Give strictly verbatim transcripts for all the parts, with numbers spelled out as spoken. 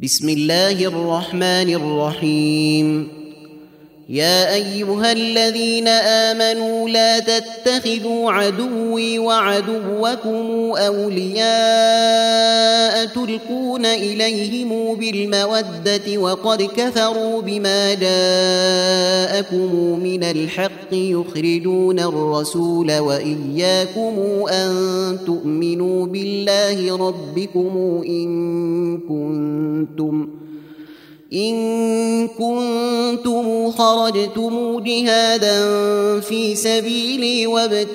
بسم الله الرحمن الرحيم. يا أيها الذين آمنوا لا تتخذوا عدوي وعدوكم أولياء تلقون إليهم بالمودة وقد كفروا بما جاءكم من الحق يخرجون الرسول وإياكم أن تؤمنوا بالله ربكم إن كنتم إن كنتم خرجتم جهادا في سبيلي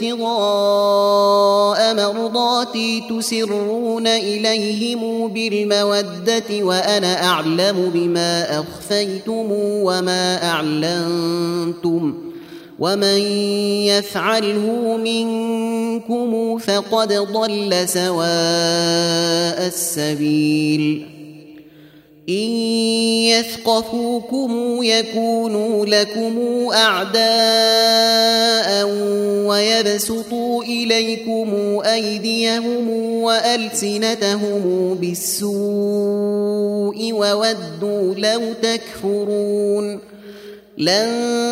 وابتغاء مرضاتي تسرون إليهم بالمودة وأنا أعلم بما أخفيتم وما أعلنتم ومن يفعله منكم فقد ضل سواء السبيل. إن يثقفوكم يكونوا لكم أعداء ويبسطوا إليكم أيديهم وألسنتهم بالسوء وودوا لو تكفرون. لن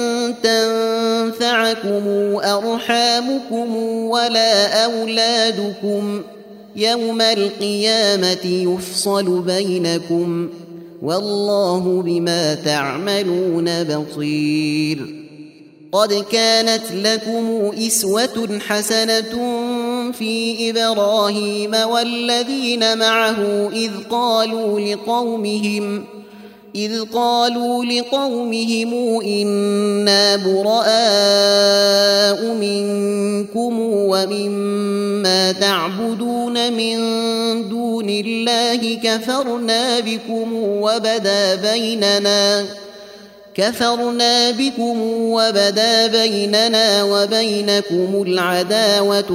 تنفعكم أرحامكم ولا أولادكم يوم القيامة يفصل بينكم والله بما تعملون بصير. قد كانت لكم إسوة حسنة في إبراهيم والذين معه إذ قالوا لقومهم إذ قالوا لقومهم إنا براء منكم ومما تعبدون من دون الله كفرنا بكم وبدا بيننا كفرنا بكم وبدا بيننا وبينكم العداوة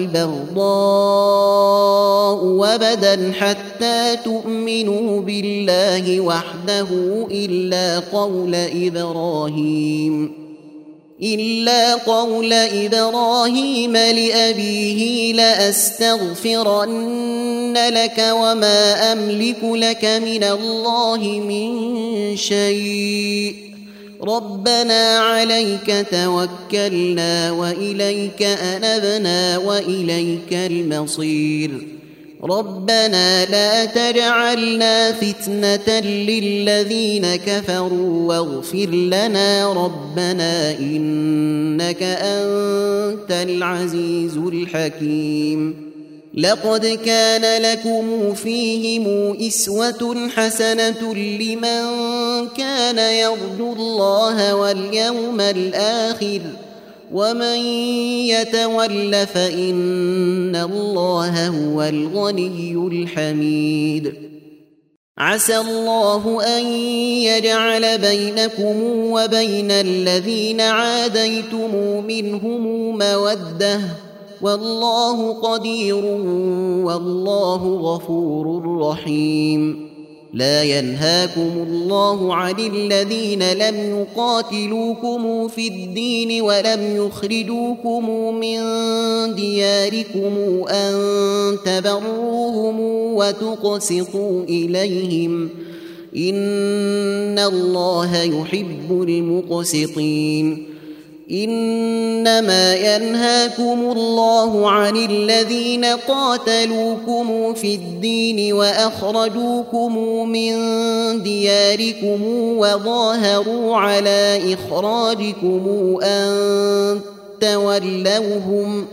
والبغضاء وبدا حتى تؤمنوا بالله وحده إلا قول إبراهيم إلا قول إبراهيم لأبيه لأستغفرن لك وما أملك لك من الله من شيء ربنا عليك توكلنا وإليك أنبنا وإليك المصير. ربنا لا تجعلنا فتنة للذين كفروا واغفر لنا ربنا إنك أنت العزيز الحكيم. لقد كان لكم فيهم إسوة حسنة لمن كان يرجو الله واليوم الآخر ومن يتول فإن الله هو الغني الحميد. عسى الله أن يجعل بينكم وبين الذين عاديتم منهم مودة والله قدير والله غفور رحيم. لا ينهاكم الله عن الذين لم يقاتلوكم في الدين ولم يخرجوكم من دياركم أن تبروهم وتقسطوا إليهم إن الله يحب المقسطين. إنما ينهاكم الله عن الذين قاتلوكم في الدين وأخرجوكم من دياركم وظاهروا على إخراجكم أن تولوهم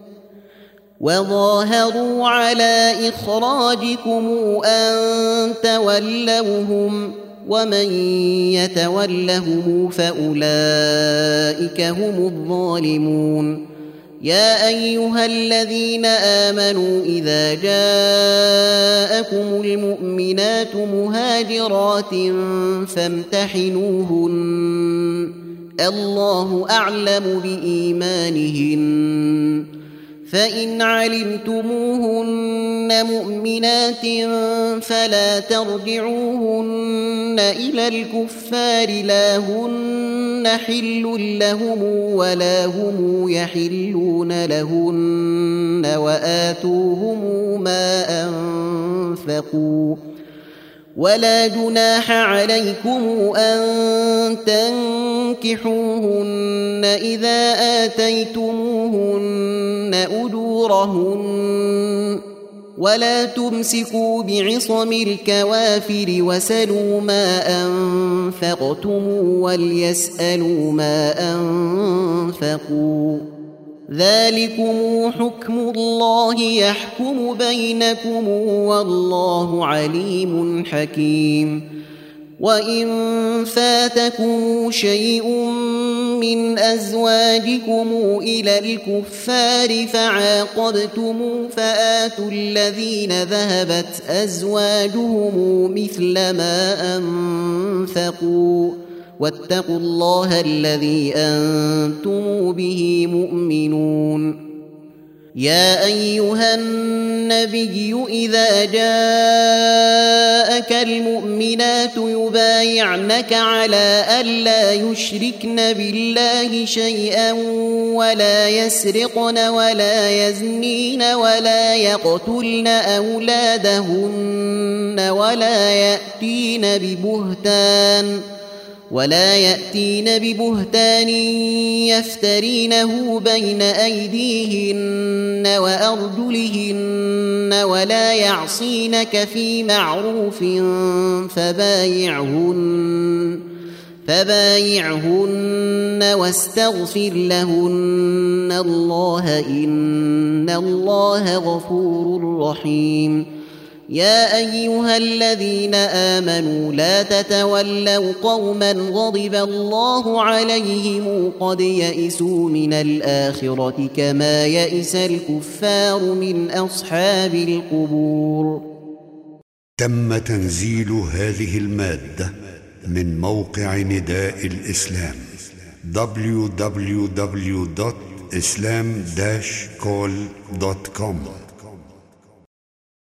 وظاهروا على إخراجكم أن تولوهم ومن يتولهم فأولئك هم الظالمون. يا أيها الذين آمنوا إذا جاءكم المؤمنات مهاجرات فامتحنوهن الله أعلم بإيمانهن فإن علمتموهن مؤمنات فلا ترجعوهن إلى الكفار لا هن حل لهم ولا هم يحلون لهن وآتوهم ما أنفقوا ولا جناح عليكم أن تنكحوهن إذا آتيتموهن أجورهن ولا تمسكوا بعصم الكوافر وسلوا ما أنفقتم وليسألوا ما أنفقوا ذلكم حكم الله يحكم بينكم والله عليم حكيم وإن فاتكم شيء من أزواجكم إلى الكفار فعاقبتم فآتوا الذين ذهبت أزواجهم مثل ما أنفقوا واتقوا الله الذي أنتم به مؤمنون يا أيها النبي إذا جاءك المؤمنات يبايعنك على ألا يشركن بالله شيئا ولا يسرقن ولا يزنين ولا يقتلن أولادهن ولا يأتين ببهتان ولا يأتين ببهتان يفترينه بين أيديهن وأرجلهن ولا يعصينك في معروف فبايعهن فبايعهن واستغفر لهن الله إن الله غفور رحيم يا أيها الذين آمنوا لا تتولوا قوما غضب الله عليهم قد يئسوا من الآخرة كما يئس الكفار من أصحاب القبور. تم تنزيل هذه المادة من موقع نداء الإسلام دبليو دبليو دبليو دوت إسلام داش كول دوت كوم.